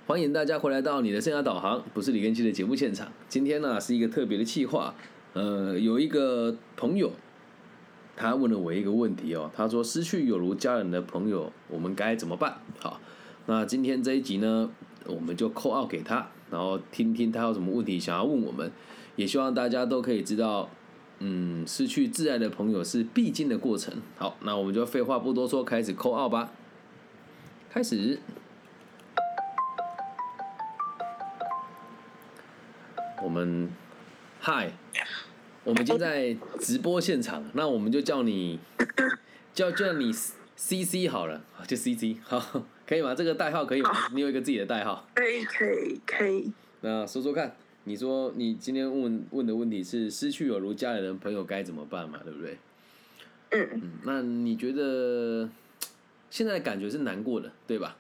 欢迎大家回来到你的生涯导航，不是李根基的节目现场。今天呢是一个特别的企划，有一个朋友，他问了我一个问题哦，他说失去有如家人的朋友，我们该怎么办？好，那今天这一集呢，我们就call out给他，然后听听他有什么问题想要问我们，也希望大家都可以知道，失去挚爱的朋友是必经的过程。好，那我们就废话不多说，开始call out吧。开始。我们嗨，我们已经在直播现场，那我们就叫你叫你 CC 好了，就 CC 好，可以吗？这个代号可以吗？你有一个自己的代号？ 可以。 那说说看，你说你今天问的问题是失去有如家人的朋友该怎么办嘛？对不对？那你觉得现在的感觉是难过的，对吧？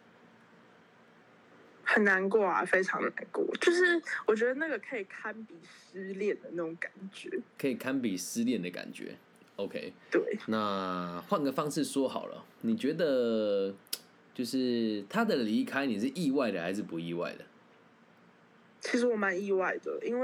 很难过啊，非常的难过。就是我觉得那个可以堪比失恋的那种感觉， 可以堪比失恋的感觉。OK， 对。 那换个方式说好了，你觉得就是他的离开，你是意外的还是不意外的？ 其实我蛮意外的，因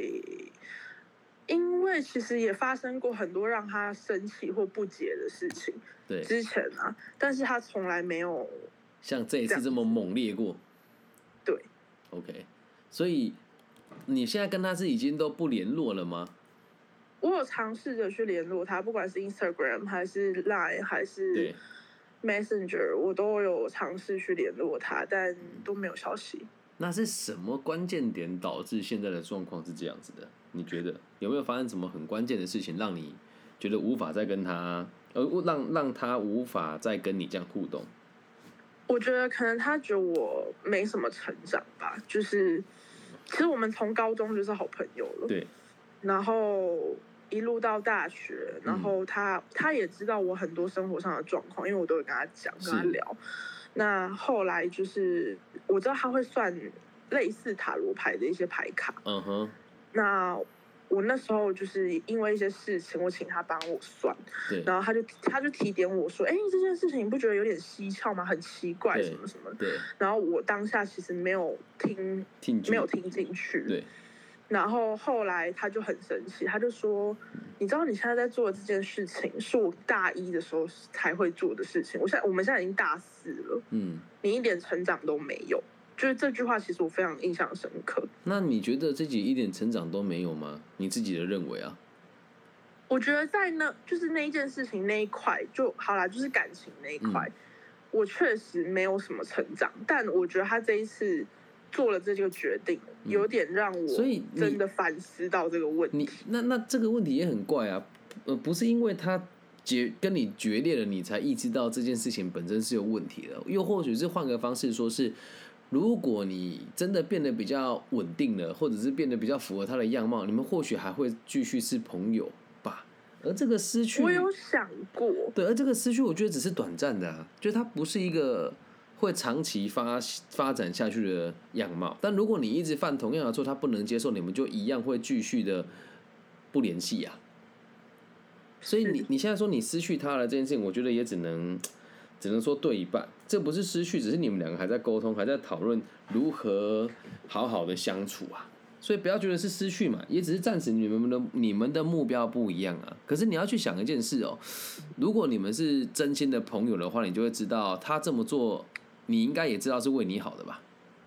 为其实也发生过很多让他生气或不解的事情， 对， 之前啊，但是他从来没有像这一次这么猛烈过。 对 ，OK， 所以你现在跟他是已经都不联络了吗？ 我有尝试着去联络他，不管是 Instagram 还是 Line 还是 Messenger， 我都有尝试去联络他，但都没有消息。 那是什么关键点导致现在的状况是这样子的？你觉得有没有发生什么很关键的事情，让你觉得无法再跟他，让他无法再跟你这样互动？ 我觉得可能他觉得我没什么成长吧，就是其实我们从高中就是好朋友了， 对， 然后一路到大学，然后他也知道我很多生活上的状况，因为我都有跟他讲，跟他聊。那后来就是我知道他会算类似塔罗牌的一些牌卡，那我那时候就是因为一些事情，我请他帮我算，然后他就提点我说：“哎，这件事情你不觉得有点蹊跷吗？很奇怪，什么什么。” 对。 然后我当下其实没有听进去。 对。 然后后来他就很生气，他就说：“你知道你现在在做的这件事情，是我大一的时候才会做的事情。我们现在已经大四了，你一点成长都没有。”就是这句话，其实我非常印象深刻。 那你觉得自己一点成长都没有吗？你自己的认为啊？ 我觉得在就是那一件事情那一块就好啦，就是感情那一块，我确实没有什么成长。但我觉得他这一次做了这个决定，有点让我真的反思到这个问题。 那这个问题也很怪啊，不是因为他跟你决裂了，你才意识到这件事情本身是有问题的，又或许是换个方式说是。如果你真的变得比较稳定了，或者是变得比较符合他的样貌，你们或许还会继续是朋友吧。而这个失去， 我有想过， 对，而这个失去，我觉得只是短暂的啊，就它不是一个会长期发展下去的样貌。但如果你一直犯同样的错，他不能接受，你们就一样会继续的不联系啊。所以你现在说你失去他了这件事情，我觉得也只能说对一半，这不是失去，只是你们两个还在沟通，还在讨论如何好好的相处啊。所以不要觉得是失去嘛，也只是暂时你们的目标不一样啊。可是你要去想一件事哦，如果你们是真心的朋友的话，你就会知道他这么做，你应该也知道是为你好的吧。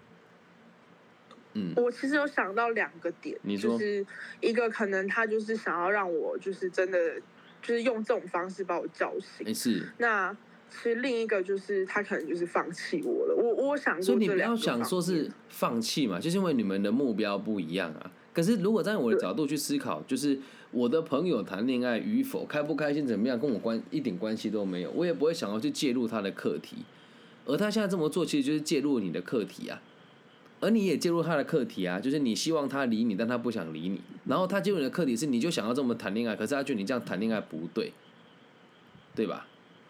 我其实有想到2个点，就是一个可能他就是想要让我就是真的就是用这种方式把我叫醒， 是那。其实另一个就是他可能就是放弃我了，我想过这2个方面。 所以你不要想说是放弃嘛，就是因为你们的目标不一样啊。可是如果站在我的角度去思考，就是我的朋友谈恋爱与否、开不开心怎么样，跟我一点关系都没有，我也不会想要去介入他的课题。而他现在这么做，其实就是介入你的课题啊，而你也介入他的课题啊，就是你希望他理你，但他不想理你。然后他介入你的课题是，你就想要这么谈恋爱，可是他觉得你这样谈恋爱不对，对吧？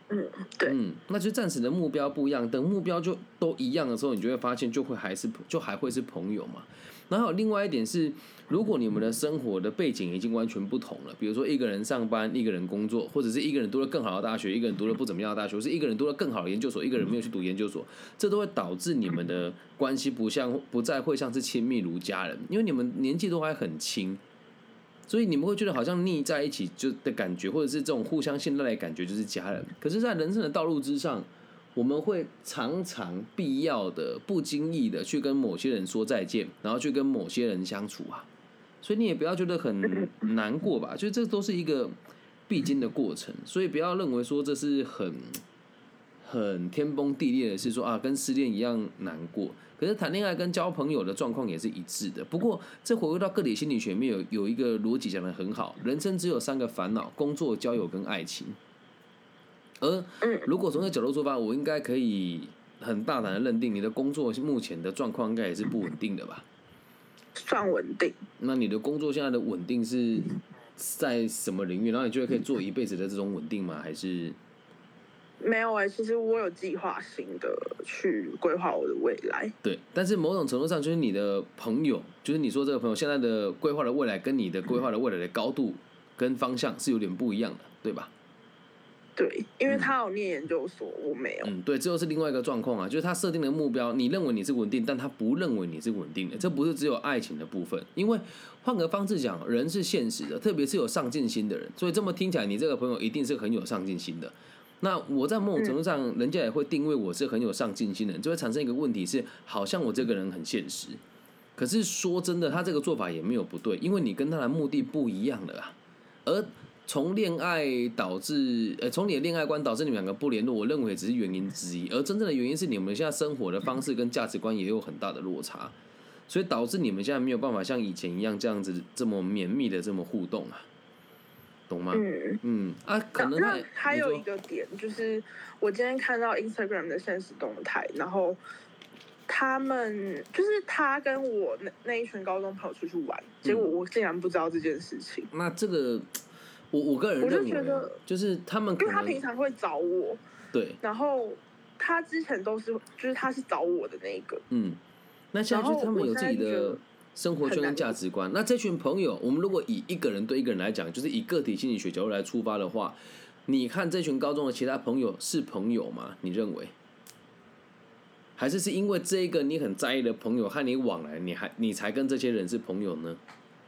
对， 那就暂时的目标不一样，等目标就都一样的时候，你就会发现就还会是朋友嘛。然后有另外一点是，如果你们的生活的背景已经完全不同了，比如说一个人上班，一个人工作，或者是一个人读了更好的大学，一个人读了不怎么样的大学，或是一个人读了更好的研究所，一个人没有去读研究所，这都会导致你们的关系不再会像是亲密如家人，因为你们年纪都还很轻。所以你们会觉得好像腻在一起就的感觉，或者是这种互相信赖的感觉，就是家人。可是，在人生的道路之上，我们会常常必要的、不经意的去跟某些人说再见，然后去跟某些人相处啊。所以你也不要觉得很难过吧，就这都是一个必经的过程。所以不要认为说这是很天崩地裂的事，说啊跟失恋一样难过。可是谈恋爱跟交朋友的状况也是一致的。不过这回归到个体心理学里面有一个逻辑讲得很好，人生只有3个烦恼：工作、交友跟爱情。而如果从这个角度出发，我应该可以很大胆的认定，你的工作目前的状况应该也是不稳定的吧？ 算稳定。 那你的工作现在的稳定是在什么领域？然后你觉得可以做一辈子的这种稳定吗？还是？ 没有其实我有计划性的去规划我的未来。 对，但是某种程度上，就是你的朋友，就是你说这个朋友现在的规划的未来，跟你的规划的未来的高度跟方向是有点不一样的，对吧？ 对，因为他有念研究所，我没有。 对，这又是另外一个状况啊，就是他设定的目标，你认为你是稳定，但他不认为你是稳定的，这不是只有爱情的部分。因为换个方式讲，人是现实的，特别是有上进心的人，所以这么听起来，你这个朋友一定是很有上进心的。那我在某种程度上，人家也会定位我是很有上进心的人，就会产生一个问题是，好像我这个人很现实。可是说真的，他这个做法也没有不对，因为你跟他的目的不一样了啊。而从恋爱导致，从你的恋爱观导致你们2个不联络，我认为只是原因之一，而真正的原因是你们现在生活的方式跟价值观也有很大的落差，所以导致你们现在没有办法像以前一样这样子这么绵密的这么互动啊。懂吗？可能那还有一个点就是，我今天看到 Instagram 的现实动态，然后他们就是他跟我那一群高中朋友出去玩，结果我竟然不知道这件事情。 那这个，我个人认为，就是他们可能， 因为他平常会找我， 对， 然后他之前都是，就是他是找我的那一个， 那现在就是他们有自己的生活圈跟价值观。那这群朋友，我们如果以一个人对一个人来讲，就是以个体心理学角度来出发的话，你看这群高中的其他朋友是朋友吗？你认为？还是因为这一个你很在意的朋友和你往来，你才跟这些人是朋友呢？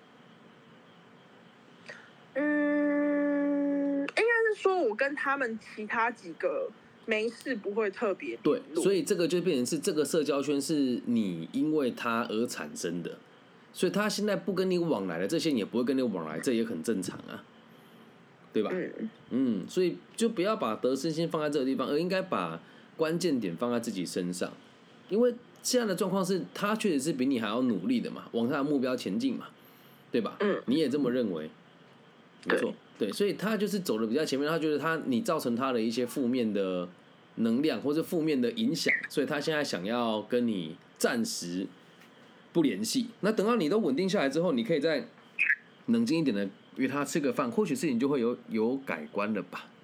应该是说我跟他们其他几个没事不会特别对，所以这个就变成是这个社交圈是你因为他而产生的。所以他现在不跟你往来了，这些也不会跟你往来，这也很正常啊，对吧？所以就不要把得失心放在这个地方，而应该把关键点放在自己身上，因为现在的状况是他确实是比你还要努力的嘛，往他的目标前进嘛，对吧？你也这么认为，没错，对，所以他就是走的比较前面，他觉得你造成他的一些负面的能量或者负面的影响，所以他现在想要跟你暂时不联系。那等到你都稳定下来之后，你可以再冷静一点的约他吃个饭，或许事情就会有改观了吧，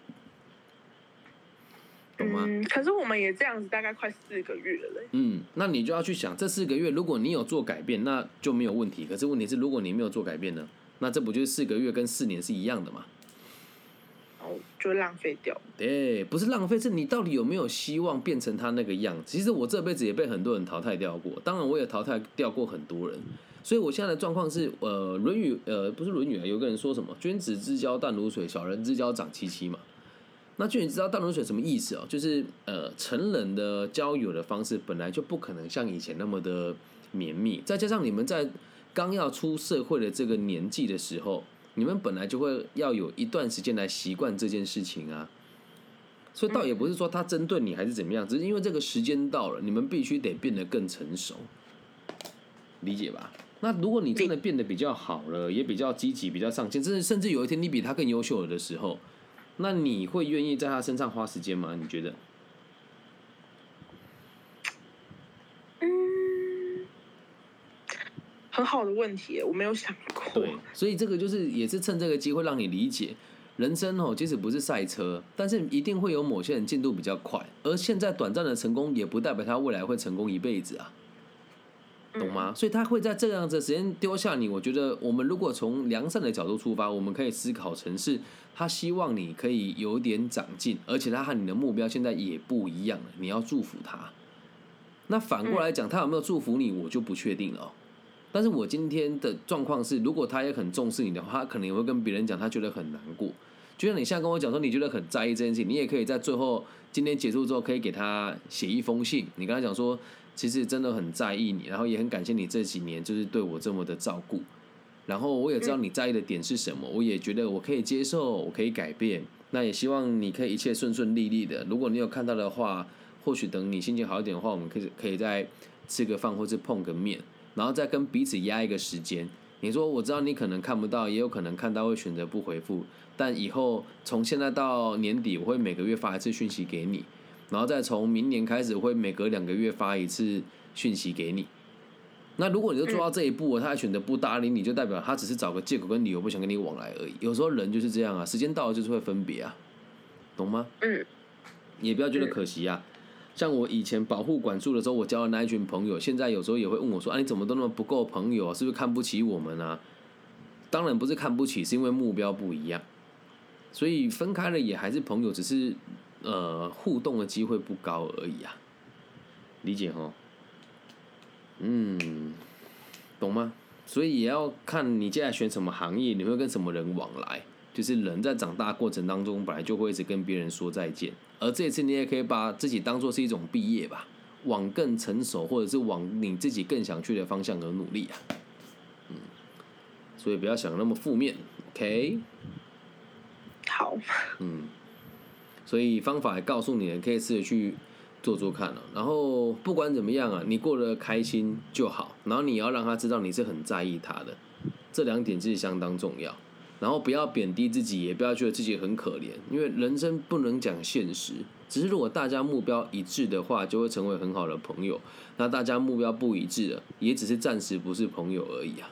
懂吗？ 可是我们也这样子大概快4个月了嘞。 那你就要去想，这4个月如果你有做改变，那就没有问题。可是问题是，如果你没有做改变呢？那这不就是4个月跟4年是一样的吗？ 就浪费掉。 对，不是浪费，是你到底有没有希望变成他那个样子？其实我这辈子也被很多人淘汰掉过，当然我也淘汰掉过很多人。所以我现在的状况是，论语，不是论语啊，有个人说什么“君子之交淡如水，小人之交长戚戚”嘛。那君子之交淡如水什么意思哦？就是成人的交友的方式本来就不可能像以前那么的绵密，再加上你们在刚要出社会的这个年纪的时候，你们本来就会要有一段时间来习惯这件事情啊，所以倒也不是说他针对你还是怎么样，只是因为这个时间到了，你们必须得变得更成熟，理解吧？那如果你真的变得比较好了，也比较积极、比较上进，甚至有一天你比他更优秀了的时候，那你会愿意在他身上花时间吗？你觉得？ 很好的问题，我没有想过。 对，所以这个就是也是趁这个机会让你理解， 人生即使不是赛车，但是一定会有某些人进度比较快，而现在短暂的成功也不代表他未来会成功一辈子啊，懂吗？所以他会在这样子的时间丢下你。我觉得我们如果从良善的角度出发，我们可以思考成是他希望你可以有点长进，而且他和你的目标现在也不一样了，你要祝福他。那反过来讲，他有没有祝福你，我就不确定了。但是我今天的状况是，如果他也很重视你的话，他可能也会跟别人讲，他觉得很难过。就像你现在跟我讲说，你觉得很在意这件事情，你也可以在最后今天结束之后，可以给他写一封信，你跟他讲说，其实真的很在意你，然后也很感谢你这几年就是对我这么的照顾，然后我也知道你在意的点是什么，我也觉得我可以接受，我可以改变，那也希望你可以一切顺顺利利的。如果你有看到的话，或许等你心情好一点的话，我们可以再吃个饭或是碰个面，然后再跟彼此压一个时间。你说我知道你可能看不到，也有可能看到会选择不回复，但以后从现在到年底，我会每个月发一次讯息给你，然后再从明年开始，我会每隔2个月发一次讯息给你。那如果你就做到这一步，他还选择不搭理你，就代表他只是找个借口跟理由不想跟你往来而已。有时候人就是这样啊，时间到了就是会分别啊，懂吗？也不要觉得可惜啊。像我以前保护管束的时候，我交的那一群朋友，现在有时候也会问我说：“啊，你怎么都那么不够朋友啊？是不是看不起我们啊？”当然不是看不起，是因为目标不一样，所以分开了也还是朋友，只是互动的机会不高而已啊。理解齁？懂吗？所以也要看你接下来选什么行业，你会跟什么人往来。就是人在长大过程当中，本来就会一直跟别人说再见，而这一次你也可以把自己当作是一种毕业吧，往更成熟或者是往你自己更想去的方向而努力啊。所以不要想那么负面 ，OK？ 好。 所以方法也告诉你了，可以试着去做做看了。然后不管怎么样啊，你过得开心就好。然后你要让他知道你是很在意他的，这2点是相当重要。然后不要贬低自己，也不要觉得自己很可怜，因为人生不能讲现实。只是如果大家目标一致的话，就会成为很好的朋友。那大家目标不一致的，也只是暂时不是朋友而已啊。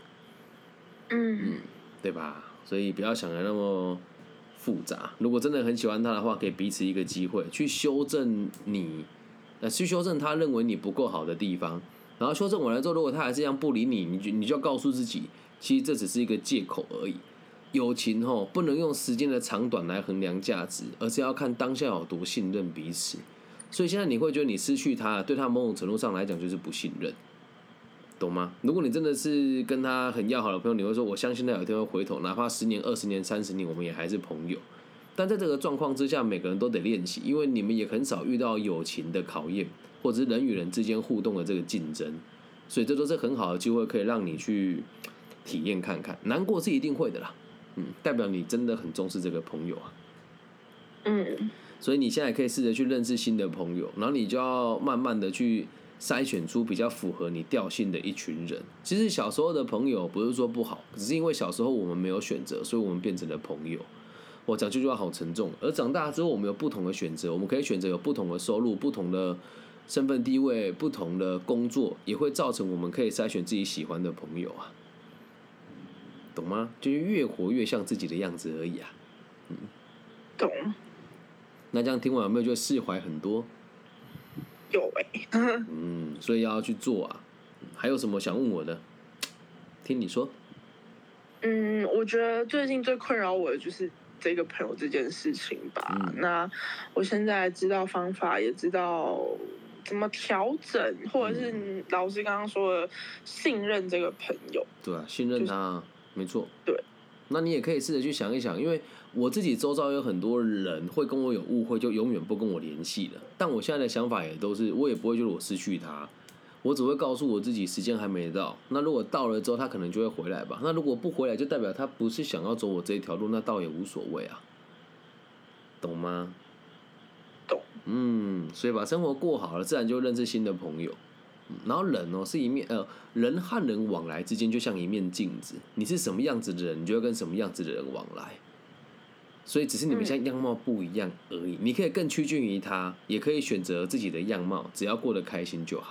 对吧？所以不要想的那么复杂。如果真的很喜欢他的话，给彼此一个机会，去修正去修正他认为你不够好的地方。然后修正完了之后，如果他还是这样不理你，你就要告诉自己，其实这只是一个借口而已。友情不能用时间的长短来衡量价值，而是要看当下有多信任彼此。所以现在你会觉得你失去他，对他某种程度上来讲就是不信任，懂吗？如果你真的是跟他很要好的朋友，你会说我相信他有一天会回头，哪怕10年、20年、30年，我们也还是朋友。但在这个状况之下，每个人都得练习，因为你们也很少遇到友情的考验，或者是人与人之间互动的这个竞争，所以这都是很好的机会，可以让你去体验看看。难过是一定会的啦，代表你真的很重视这个朋友啊。所以你现在可以试着去认识新的朋友，然后你就要慢慢的去筛选出比较符合你调性的一群人。其实小时候的朋友不是说不好，只是因为小时候我们没有选择，所以我们变成了朋友。我讲这句话好沉重，而长大之后我们有不同的选择，我们可以选择有不同的收入、不同的身份地位、不同的工作，也会造成我们可以筛选自己喜欢的朋友啊，懂吗？就是越活越像自己的样子而已啊。 懂。 那这样听完有没有就释怀很多？ 有所以要去做啊。还有什么想问我的？听你说。 我觉得最近最困扰我的就是这个朋友这件事情吧。那我现在知道方法，也知道怎么调整，或者是老师刚刚说的信任这个朋友。 对啊，信任他，没错。 对。 那你也可以试着去想一想，因为我自己周遭有很多人会跟我有误会，就永远不跟我联系了。但我现在的想法也都是，我也不会觉得我失去他，我只会告诉我自己时间还没到。那如果到了之后，他可能就会回来吧。那如果不回来，就代表他不是想要走我这一条路，那倒也无所谓啊，懂吗？ 懂。 所以把生活过好了，自然就认识新的朋友。然后人是一面人和人往来之间就像一面镜子，你是什么样子的人，你就会跟什么样子的人往来。所以只是你们现在样貌不一样而已。你可以更趋近于他，也可以选择自己的样貌，只要过得开心就好。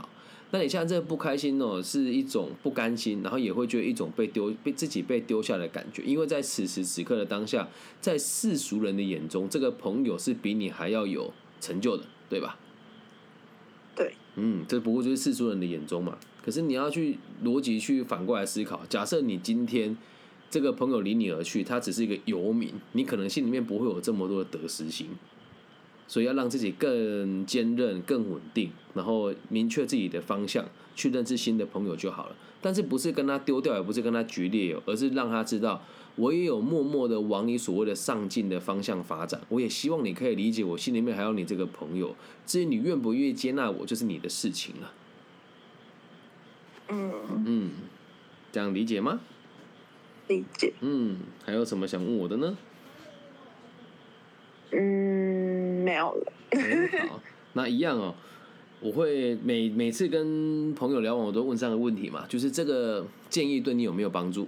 那你现在这个不开心哦，是一种不甘心，然后也会觉得一种被自己被丢下的感觉，因为在此时此刻的当下，在世俗人的眼中，这个朋友是比你还要有成就的，对吧？ 对， 这不过就是世俗人的眼中嘛。可是你要去逻辑去反过来思考，假设你今天这个朋友离你而去，他只是一个游民，你可能心里面不会有这么多的得失心。所以要让自己更坚韧、更稳定，然后明确自己的方向，去认识新的朋友就好了。但是不是跟他丢掉，也不是跟他决裂，而是让他知道，我也有默默的往你所谓的上进的方向发展。我也希望你可以理解我心里面还有你这个朋友，至于你愿不愿意接纳我，就是你的事情了。这样理解吗？ 理解。 还有什么想问我的呢？ 没有了。 好，那一样哦。我会每次跟朋友聊完，我都问3个问题嘛，就是这个建议对你有没有帮助？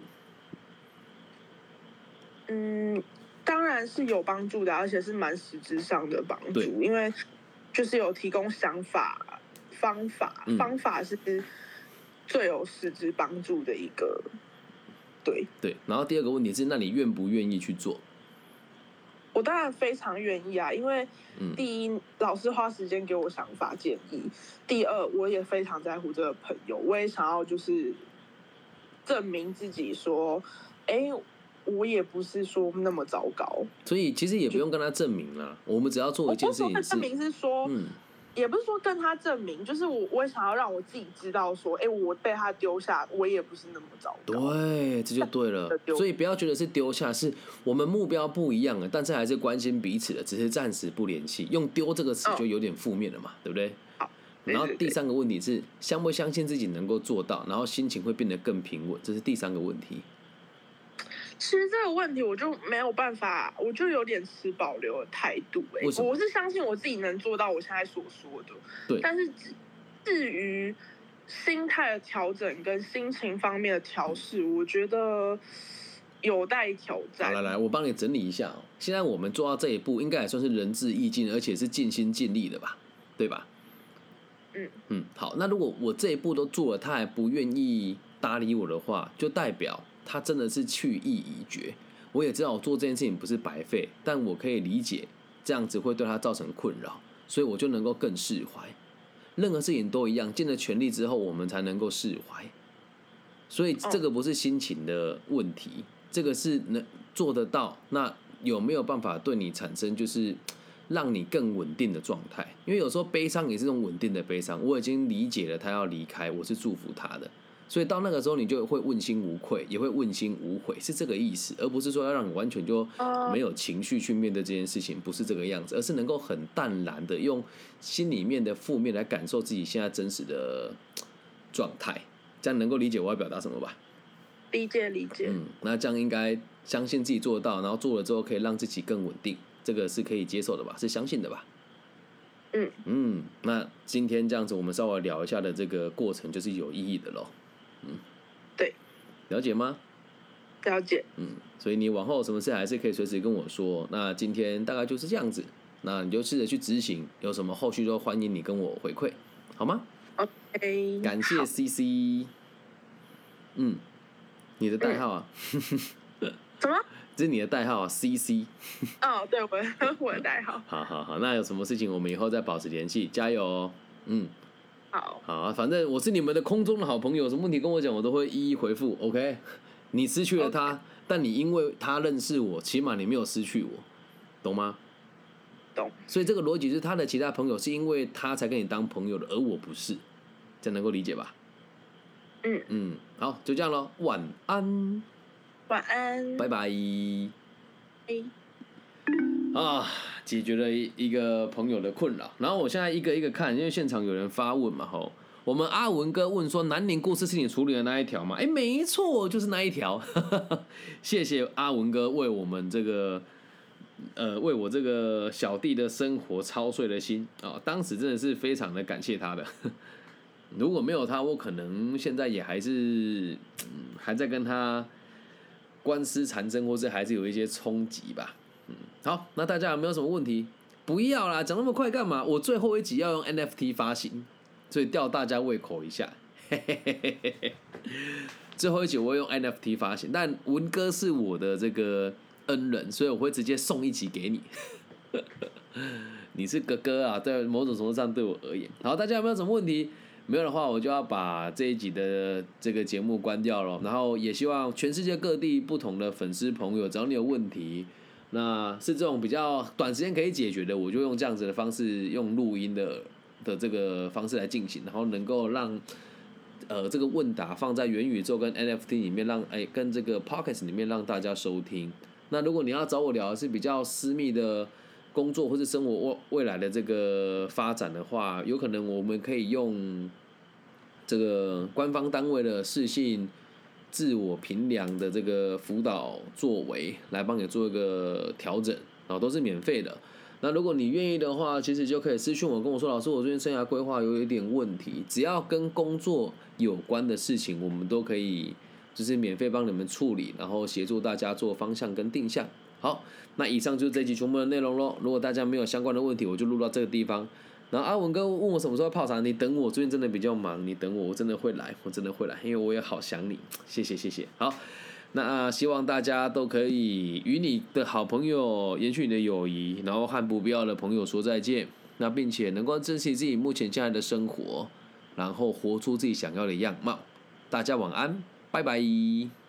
当然是有帮助的，而且是蛮实质上的帮助，因为就是有提供想法、方法是最有实质帮助的一个。对。 然后第2个问题是，那你愿不愿意去做？ 我当然非常愿意啊，因为第一，老师花时间给我想法建议；第二，我也非常在乎这个朋友，我也想要就是证明自己说，我也不是说那么糟糕。 所以其实也不用跟他证明啦，我们只要做一件事情是， 证明是说，也不是说跟他证明，就是我也想要让我自己知道说，我被他丢下，我也不是那么糟糕。 对，这就对了。所以不要觉得是丢下，是我们目标不一样了，但是还是关心彼此的，只是暂时不联系。用丢这个词就有点负面了嘛，对不对？ 好。 然后第3个问题是，相不相信自己能够做到，然后心情会变得更平稳，这是第3个问题。 其实这个问题我就没有办法，我就有点持保留的态度。我是相信我自己能做到我现在所说的。 对。 但是至于心态的调整跟心情方面的调试，我觉得有待挑战。 来，我帮你整理一下哦。现在我们做到这一步，应该也算是仁至义尽，而且是尽心尽力的吧？对吧？好。那如果我这一步都做了，他还不愿意搭理我的话，就代表他真的是去意已决。我也知道我做这件事情不是白费，但我可以理解这样子会对他造成困扰，所以我就能够更释怀。任何事情都一样，尽了全力之后，我们才能够释怀。所以这个不是心情的问题，这个是能做得到。那有没有办法对你产生就是让你更稳定的状态？因为有时候悲伤也是一种稳定的悲伤。我已经理解了他要离开，我是祝福他的。所以到那个时候，你就会问心无愧，也会问心无悔，是这个意思，而不是说要让你完全就没有情绪去面对这件事情，不是这个样子，而是能够很淡然的用心里面的负面来感受自己现在真实的状态，这样能够理解我要表达什么吧？ 理解。 那这样应该相信自己做得到，然后做了之后可以让自己更稳定，这个是可以接受的吧？是相信的吧？那今天这样子，我们稍微聊一下的这个过程，就是有意义的咯。 对， 了解吗？ 了解。 所以你往后什么事还是可以随时跟我说。那今天大概就是这样子，那你就试着去执行，有什么后续都欢迎你跟我回馈，好吗 ？OK。 感谢 CC。你的代号啊？ 什么？ 这是你的代号啊 ，CC。 对，我的代号。 好，那有什么事情我们以后再保持联系，加油哦。好，反正我是你们的空中的好朋友，有什么问题跟我讲，我都会一一回复。OK， 你失去了他，但你因为他认识我，起码你没有失去我，懂吗？ 懂。 所以这个逻辑是，他的其他朋友是因为他才跟你当朋友的，而我不是，这样能够理解吧？好，就这样咯，晚安。 晚安。 拜拜。解决了一个朋友的困扰，然后我现在一个一个看，因为现场有人发问嘛，我们阿文哥问说，南宁故事是你处理的那一条吗？没错，就是那一条。谢谢阿文哥为我们这个为我这个小弟的生活操碎了心啊，当时真的是非常的感谢他的。如果没有他，我可能现在也还是还在跟他官司缠身，或是还是有一些冲击吧。好，那大家有没有什么问题？不要啦，讲那么快干嘛？我最后一集要用 NFT 发行， 所以吊大家胃口一下。最后一集我会用 NFT 发行，但文哥是我的这个恩人，所以我会直接送一集给你。你是哥哥啊，在某种程度上对我而言。好，大家有没有什么问题？没有的话，我就要把这一集的这个节目关掉了。然后也希望全世界各地不同的粉丝朋友，只要你有问题，那是这种比较短时间可以解决的，我就用这样子的方式，用录音的这个方式来进行，然后能够让这个问答放在元宇宙跟 NFT 里面让，跟这个 Podcast 里面让大家收听。那如果你要找我聊的是比较私密的工作或是生活未来的这个发展的话，有可能我们可以用这个官方单位的视讯自我评量的这个辅导作为来帮你做一个调整，然后都是免费的。那如果你愿意的话，其实就可以私讯我，跟我说，老师，我最近生涯规划有一点问题，只要跟工作有关的事情，我们都可以就是免费帮你们处理，然后协助大家做方向跟定向。好，那以上就是这集全部的内容咯。如果大家没有相关的问题，我就录到这个地方。然后阿文哥问我什么时候泡茶，你等我，最近真的比较忙，你等我，我真的会来，我真的会来，因为我也好想你，谢谢谢谢。好。那希望大家都可以与你的好朋友延续你的友谊，然后和不必要的朋友说再见。那并且能够珍惜自己目前现在的生活，然后活出自己想要的样貌。大家晚安，拜拜。